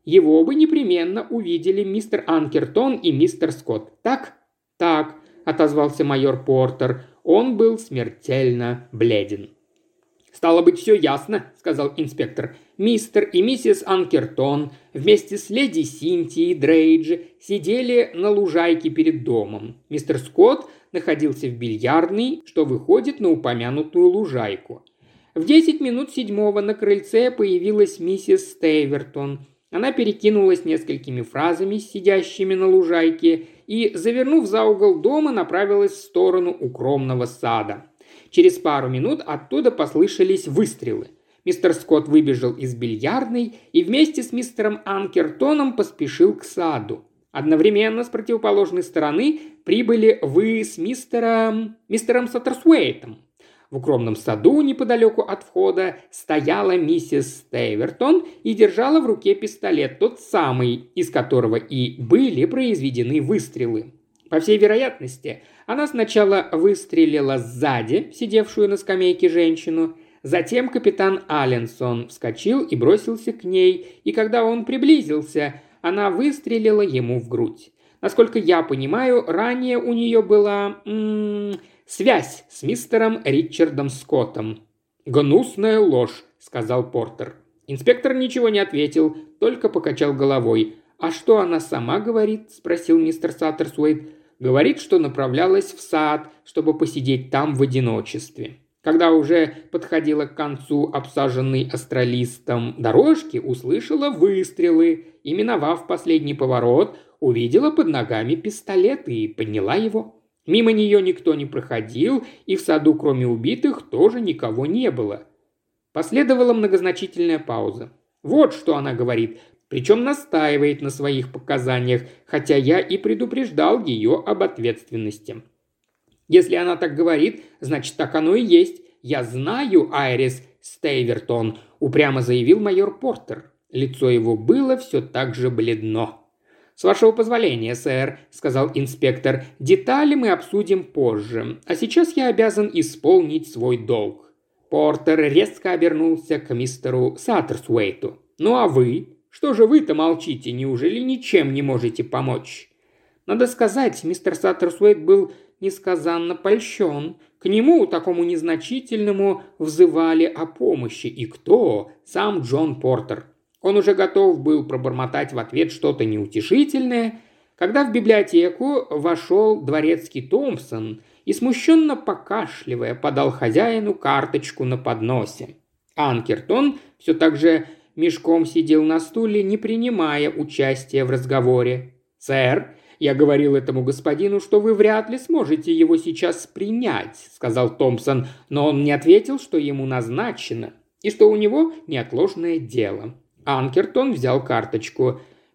его бы непременно увидели мистер Анкертон и мистер Скотт. Так? Так, отозвался майор Портер. Он был смертельно бледен. «Стало быть, все ясно», – сказал инспектор. «Мистер и миссис Анкертон вместе с леди Синтией Дрейдж сидели на лужайке перед домом. Мистер Скотт находился в бильярдной, что выходит на упомянутую лужайку. В десять минут седьмого на крыльце появилась миссис Стейвертон. Она перекинулась несколькими фразами с сидящими на лужайке и, завернув за угол дома, направилась в сторону укромного сада. Через пару минут оттуда послышались выстрелы. Мистер Скотт выбежал из бильярдной и вместе с мистером Анкертоном поспешил к саду. Одновременно с противоположной стороны прибыли вы с мистером... мистером Саттерсуэйтом. В укромном саду неподалеку от входа стояла миссис Стейвертон и держала в руке пистолет, тот самый, из которого и были произведены выстрелы. По всей вероятности, она сначала выстрелила сзади, сидевшую на скамейке женщину, затем капитан Алленсон вскочил и бросился к ней, и когда он приблизился, она выстрелила ему в грудь. Насколько я понимаю, ранее у нее была... М- связь с мистером Ричардом Скоттом». «Гнусная ложь», — сказал Портер. Инспектор ничего не ответил, только покачал головой. «А что она сама говорит?» – спросил мистер Саттерсуэйт. «Говорит, что направлялась в сад, чтобы посидеть там в одиночестве. Когда уже подходила к концу обсаженной астролистом дорожки, услышала выстрелы и, миновав последний поворот, увидела под ногами пистолет и подняла его. Мимо нее никто не проходил, и в саду, кроме убитых, тоже никого не было». Последовала многозначительная пауза. «Вот что она говорит, причем настаивает на своих показаниях, хотя я и предупреждал ее об ответственности. Если она так говорит, значит, так оно и есть. Я знаю Айрис Стейвертон», – упрямо заявил майор Портер. Лицо его было все так же бледно. «С вашего позволения, сэр», – сказал инспектор, – «детали мы обсудим позже, а сейчас я обязан исполнить свой долг». Портер резко обернулся к мистеру Саттерсуэйту. «Ну а вы? Что же вы-то молчите? Неужели ничем не можете помочь?» Надо сказать, мистер Саттерсуэйт был несказанно польщен. К нему, такому незначительному, взывали о помощи. И кто? Сам Джон Портер. Он уже готов был пробормотать в ответ что-то неутешительное, когда в библиотеку вошел дворецкий Томпсон и, смущенно покашливая, подал хозяину карточку на подносе. Анкертон все так же мешком сидел на стуле, не принимая участия в разговоре. «Сэр, я говорил этому господину, что вы вряд ли сможете его сейчас принять», — сказал Томпсон, но он не ответил, что ему назначено, и что у него неотложное дело. Анкертон взял карточку.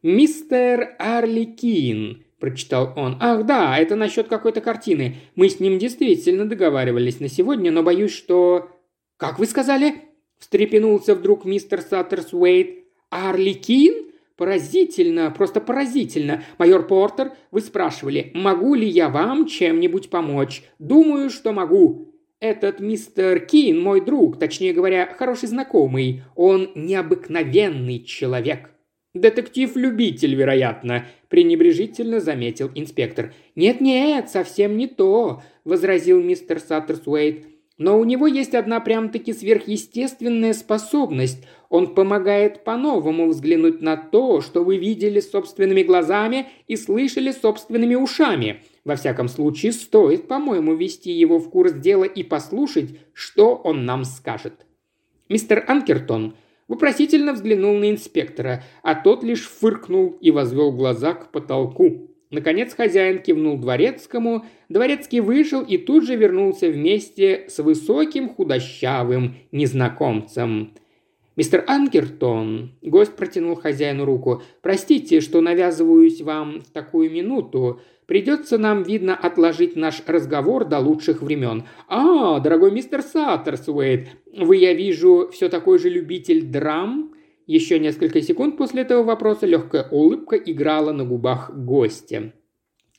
«Мистер Арликин», – прочитал он. «Ах, да, это насчет какой-то картины. Мы с ним действительно договаривались на сегодня, но боюсь, что...» «Как вы сказали?» – встрепенулся вдруг мистер Саттерсуэйт. «Арликин? Поразительно, просто поразительно. Майор Портер, вы спрашивали, могу ли я вам чем-нибудь помочь? Думаю, что могу. Этот мистер Кин мой друг, точнее говоря, хороший знакомый. Он необыкновенный человек». «Детектив-любитель, вероятно», – пренебрежительно заметил инспектор. «Нет-нет, совсем не то», – возразил мистер Саттерсуэйт. «Но у него есть одна прям-таки сверхъестественная способность. Он помогает по-новому взглянуть на то, что вы видели собственными глазами и слышали собственными ушами. Во всяком случае, стоит, по-моему, ввести его в курс дела и послушать, что он нам скажет». Мистер Анкертон вопросительно взглянул на инспектора, а тот лишь фыркнул и возвел глаза к потолку. Наконец хозяин кивнул дворецкому, дворецкий вышел и тут же вернулся вместе с высоким худощавым незнакомцем. «Мистер Анкертон», – гость протянул хозяину руку, – «простите, что навязываюсь вам в такую минуту. Придется нам, видно, отложить наш разговор до лучших времен». «А, дорогой мистер Саттерсуэйт, вы, я вижу, все такой же любитель драм?» Еще несколько секунд после этого вопроса легкая улыбка играла на губах гостя.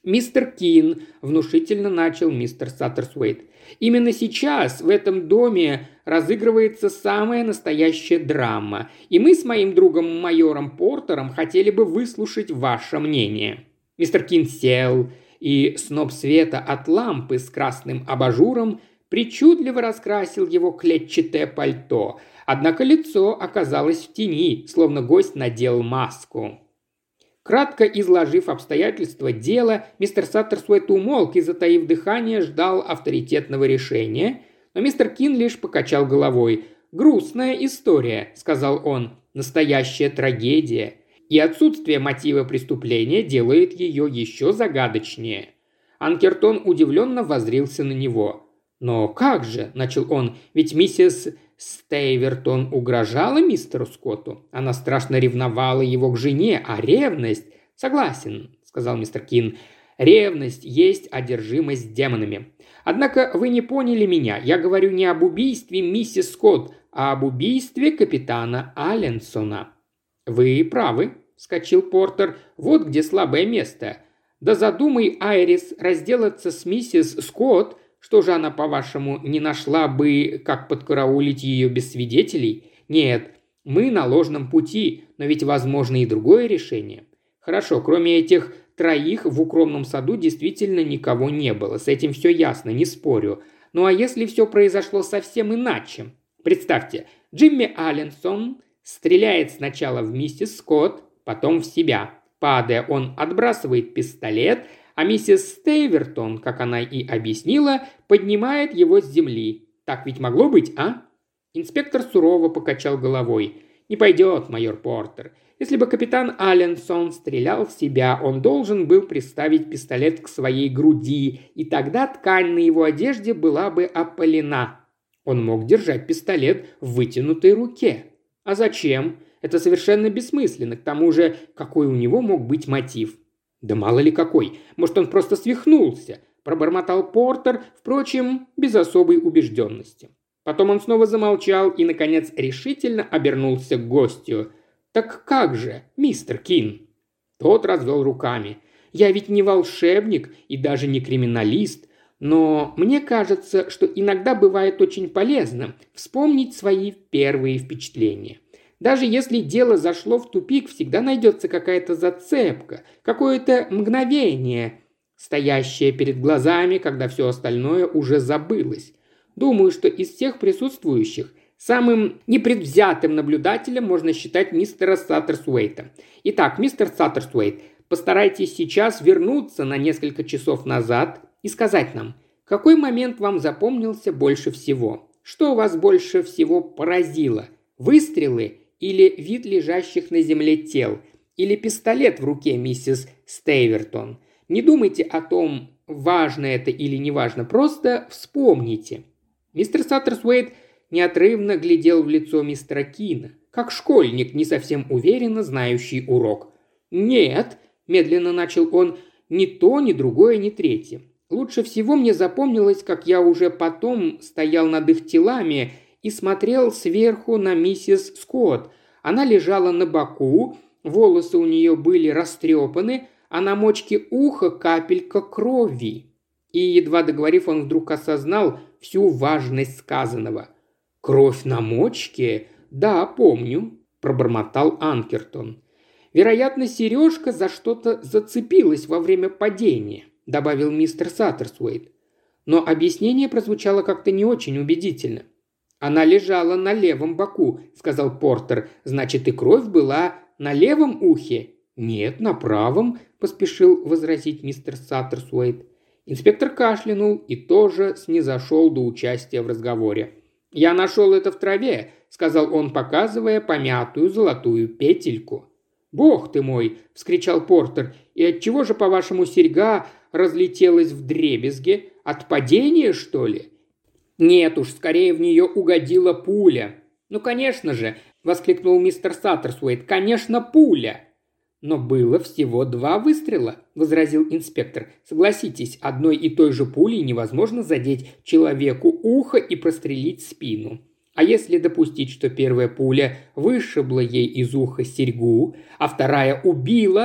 «Мистер Кин», – внушительно начал мистер Саттерсуэйт, – «именно сейчас в этом доме разыгрывается самая настоящая драма, и мы с моим другом майором Портером хотели бы выслушать ваше мнение». Мистер Кин сел, и сноп света от лампы с красным абажуром причудливо раскрасил его клетчатое пальто, однако лицо оказалось в тени, словно гость надел маску. Кратко изложив обстоятельства дела, мистер Саттерсуэйт умолк и, затаив дыхание, ждал авторитетного решения, но мистер Кин лишь покачал головой. «Грустная история», – сказал он, – «настоящая трагедия, и отсутствие мотива преступления делает ее еще загадочнее». Анкертон удивленно воззрился на него. «Но как же?» – начал он, – «ведь миссис Стейвертон угрожала мистеру Скотту. Она страшно ревновала его к жене, а ревность...» «Согласен», – сказал мистер Кин. «Ревность есть одержимость демонами. Однако вы не поняли меня. Я говорю не об убийстве миссис Скотт, а об убийстве капитана Алленсона». «Вы правы», – вскочил Портер. «Вот где слабое место. Да задумай, Айрис, разделаться с миссис Скотт. Что же она, по-вашему, не нашла бы, как подкараулить ее без свидетелей? Нет, мы на ложном пути, но ведь возможно и другое решение. Хорошо, кроме этих троих в укромном саду действительно никого не было. С этим все ясно, не спорю. Ну а если все произошло совсем иначе? Представьте, Джимми Алленсон стреляет сначала в миссис Скотт, потом в себя. Падая, он отбрасывает пистолет, а миссис Стейвертон, как она и объяснила, поднимает его с земли. Так ведь могло быть, а?» Инспектор сурово покачал головой. «Не пойдет, майор Портер. Если бы капитан Алленсон стрелял в себя, он должен был приставить пистолет к своей груди, и тогда ткань на его одежде была бы опалена. Он мог держать пистолет в вытянутой руке. А зачем? Это совершенно бессмысленно. К тому же, какой у него мог быть мотив?» «Да мало ли какой. Может, он просто свихнулся», – пробормотал Портер, впрочем, без особой убежденности. Потом он снова замолчал и, наконец, решительно обернулся к гостю. «Так как же, мистер Кин?» Тот развел руками. «Я ведь не волшебник и даже не криминалист, но мне кажется, что иногда бывает очень полезно вспомнить свои первые впечатления. Даже если дело зашло в тупик, всегда найдется какая-то зацепка, какое-то мгновение, стоящее перед глазами, когда все остальное уже забылось. Думаю, что из всех присутствующих самым непредвзятым наблюдателем можно считать мистера Саттерсуэйта. Итак, мистер Саттерсуэйт, постарайтесь сейчас вернуться на несколько часов назад и сказать нам, какой момент вам запомнился больше всего? Что вас больше всего поразило? Выстрелы или вид лежащих на земле тел, или пистолет в руке миссис Стейвертон? Не думайте о том, важно это или не важно, просто вспомните». Мистер Саттерсуэйт неотрывно глядел в лицо мистера Кина, как школьник, не совсем уверенно знающий урок. «Нет», – медленно начал он, – «ни то, ни другое, ни третье. Лучше всего мне запомнилось, как я уже потом стоял над их телами и смотрел сверху на миссис Скотт. Она лежала на боку, волосы у нее были растрепаны, а на мочке уха капелька крови». И, едва договорив, он вдруг осознал всю важность сказанного. «Кровь на мочке? Да, помню», – пробормотал Анкертон. «Вероятно, сережка за что-то зацепилась во время падения», – добавил мистер Саттерсуэйт. Но объяснение прозвучало как-то не очень убедительно. «Она лежала на левом боку», – сказал Портер. «Значит, и кровь была на левом ухе?» «Нет, на правом», – поспешил возразить мистер Саттерсуэйт. Инспектор кашлянул и тоже снизошел до участия в разговоре. «Я нашел это в траве», – сказал он, показывая помятую золотую петельку. «Бог ты мой!» – вскричал Портер. «И отчего же, по-вашему, серьга разлетелась вдребезги? От падения, что ли?» «Нет уж, скорее в нее угодила пуля». «Ну, конечно же!» – воскликнул мистер Саттерсуэйт. «Конечно, пуля!» «Но было всего два выстрела», – возразил инспектор. «Согласитесь, одной и той же пулей невозможно задеть человеку ухо и прострелить спину. А если допустить, что первая пуля вышибла ей из уха серьгу, а вторая убила,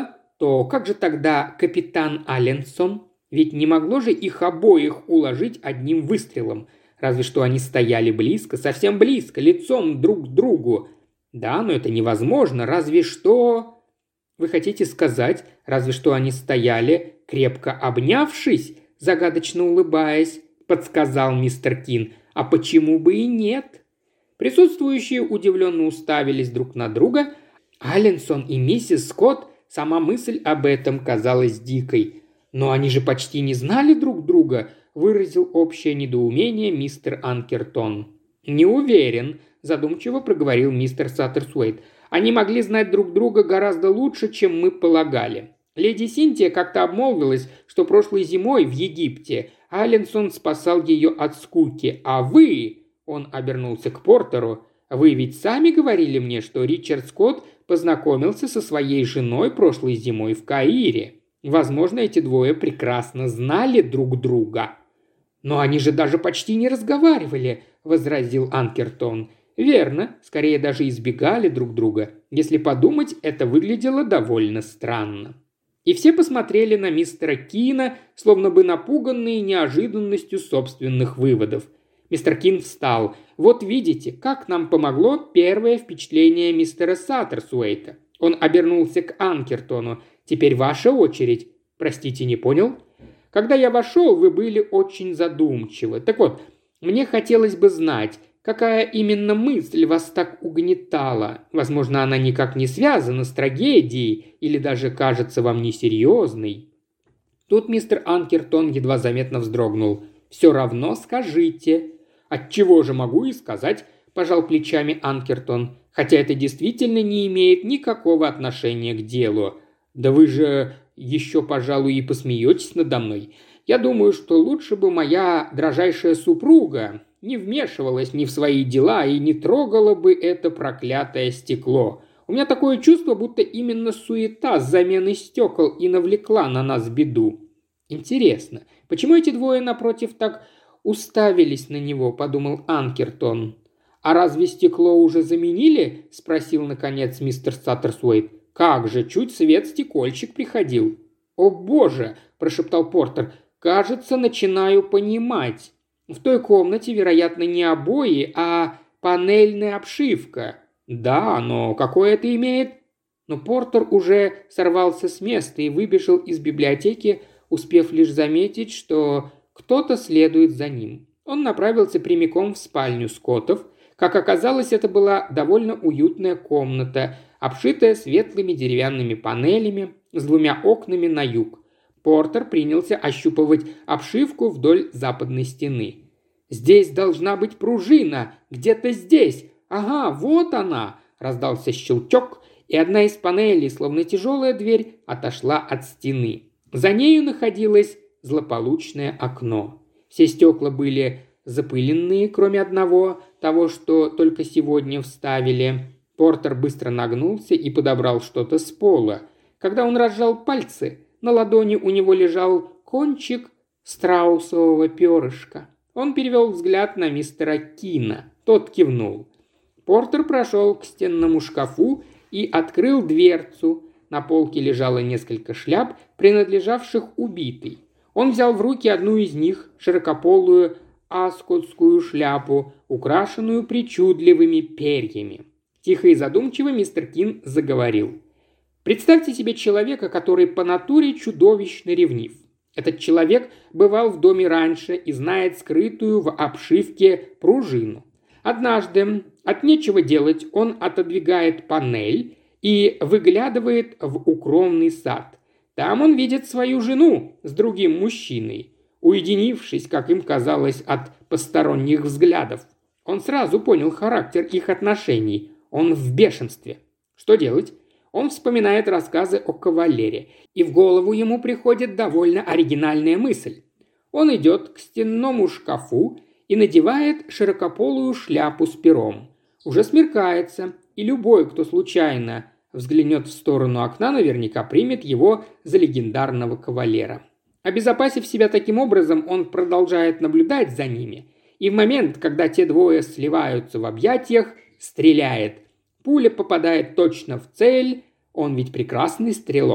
то как же тогда капитан Алленсон? Ведь не могло же их обоих уложить одним выстрелом. Разве что они стояли близко, совсем близко, лицом друг к другу. Да, но это невозможно. Разве что... Вы хотите сказать, разве что они стояли, крепко обнявшись, загадочно улыбаясь, подсказал мистер Кин. А почему бы и нет? Присутствующие удивленно уставились друг на друга. Алленсон и миссис Скотт, сама мысль об этом казалась дикой. Но они же почти не знали друг друга, выразил общее недоумение мистер Анкертон. Не уверен, задумчиво проговорил мистер Саттерсуэйт. Они могли знать друг друга гораздо лучше, чем мы полагали. Леди Синтия как-то обмолвилась, что прошлой зимой в Египте Алленсон спасал ее от скуки, а вы, он обернулся к Портеру, вы ведь сами говорили мне, что Ричард Скотт познакомился со своей женой прошлой зимой в Каире. Возможно, эти двое прекрасно знали друг друга. Но они же даже почти не разговаривали, возразил Анкертон. Верно, скорее даже избегали друг друга. Если подумать, это выглядело довольно странно. И все посмотрели на мистера Кина, словно бы напуганные неожиданностью собственных выводов. Мистер Кин встал. «Вот видите, как нам помогло первое впечатление мистера Саттерсуэйта». Он обернулся к Анкертону. «Теперь ваша очередь». «Простите, не понял?» «Когда я вошел, вы были очень задумчивы. Так вот, мне хотелось бы знать, какая именно мысль вас так угнетала? Возможно, она никак не связана с трагедией или даже кажется вам несерьезной». Тут мистер Анкертон едва заметно вздрогнул. «Все равно скажите». «Отчего же могу и сказать», – пожал плечами Анкертон, «хотя это действительно не имеет никакого отношения к делу. Да вы же еще, пожалуй, и посмеетесь надо мной. Я думаю, что лучше бы моя дрожайшая супруга не вмешивалась ни в свои дела и не трогала бы это проклятое стекло. У меня такое чувство, будто именно суета с заменой стекол и навлекла на нас беду». «Интересно, почему эти двое напротив так уставились на него?» – подумал Анкертон. «А разве стекло уже заменили?» – спросил, наконец, мистер Саттерсуэйт. «Как же, чуть свет стекольщик приходил». «О боже!» – прошептал Портер. «Кажется, начинаю понимать. В той комнате, вероятно, не обои, а панельная обшивка. Да, но какое это имеет?» Но Портер уже сорвался с места и выбежал из библиотеки, успев лишь заметить, что кто-то следует за ним. Он направился прямиком в спальню Скоттов. Как оказалось, это была довольно уютная комната, обшитая светлыми деревянными панелями с двумя окнами на юг. Портер принялся ощупывать обшивку вдоль западной стены. «Здесь должна быть пружина! Где-то здесь! Ага, вот она!» Раздался щелчок, и одна из панелей, словно тяжелая дверь, отошла от стены. За нею находилось злополучное окно. Все стекла были запыленные, кроме одного, того, что только сегодня вставили. Портер быстро нагнулся и подобрал что-то с пола. Когда он разжал пальцы, на ладони у него лежал кончик страусового перышка. Он перевел взгляд на мистера Кина. Тот кивнул. Портер прошел к стенному шкафу и открыл дверцу. На полке лежало несколько шляп, принадлежавших убитой. Он взял в руки одну из них, широкополую аскотскую шляпу, украшенную причудливыми перьями. Тихо и задумчиво мистер Кин заговорил. «Представьте себе человека, который по натуре чудовищно ревнив. Этот человек бывал в доме раньше и знает скрытую в обшивке пружину. Однажды, от нечего делать, он отодвигает панель и выглядывает в укромный сад. Там он видит свою жену с другим мужчиной, уединившись, как им казалось, от посторонних взглядов. Он сразу понял характер их отношений. Он в бешенстве. Что делать? Он вспоминает рассказы о кавалере, и в голову ему приходит довольно оригинальная мысль. Он идет к стенному шкафу и надевает широкополую шляпу с пером. Уже смеркается, и любой, кто случайно взглянет в сторону окна, наверняка примет его за легендарного кавалера. Обезопасив себя таким образом, он продолжает наблюдать за ними, и в момент, когда те двое сливаются в объятиях, стреляет. Пуля попадает точно в цель, он ведь прекрасный стрелок.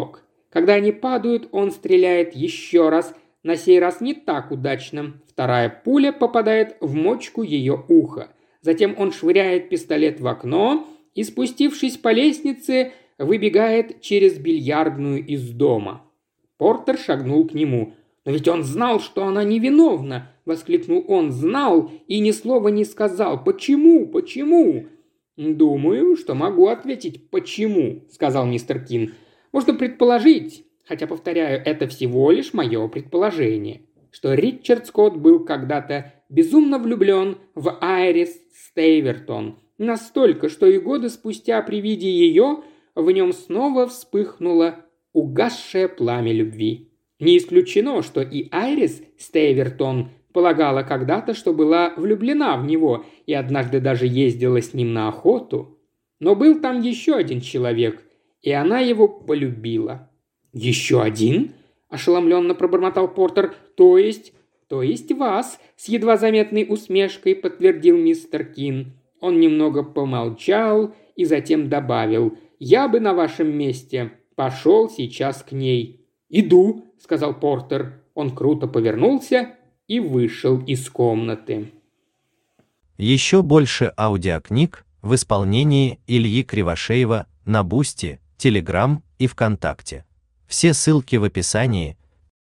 Когда они падают, он стреляет еще раз, на сей раз не так удачно. Вторая пуля попадает в мочку ее уха. Затем он швыряет пистолет в окно и, спустившись по лестнице, выбегает через бильярдную из дома. Портер шагнул к нему. «Но ведь он знал, что она невиновна!» – воскликнул он. «Знал и ни слова не сказал. Почему? Почему?» «Думаю, что могу ответить «почему», – сказал мистер Кин. «Можно предположить, хотя, повторяю, это всего лишь мое предположение, что Ричард Скотт был когда-то безумно влюблен в Айрис Стейвертон, настолько, что и годы спустя при виде ее в нем снова вспыхнуло угасшее пламя любви. Не исключено, что и Айрис Стейвертон полагала когда-то, что была влюблена в него и однажды даже ездила с ним на охоту. Но был там еще один человек, и она его полюбила». «Еще один?» – ошеломленно пробормотал Портер. «То есть...» «То есть вас», – с едва заметной усмешкой подтвердил мистер Кин. Он немного помолчал и затем добавил: «Я бы на вашем месте пошел сейчас к ней». «Иду», – сказал Портер. Он круто повернулся и вышел из комнаты. Еще больше аудиокниг в исполнении Ильи Кривошеева на Бусти, Телеграм и ВКонтакте. Все ссылки в описании.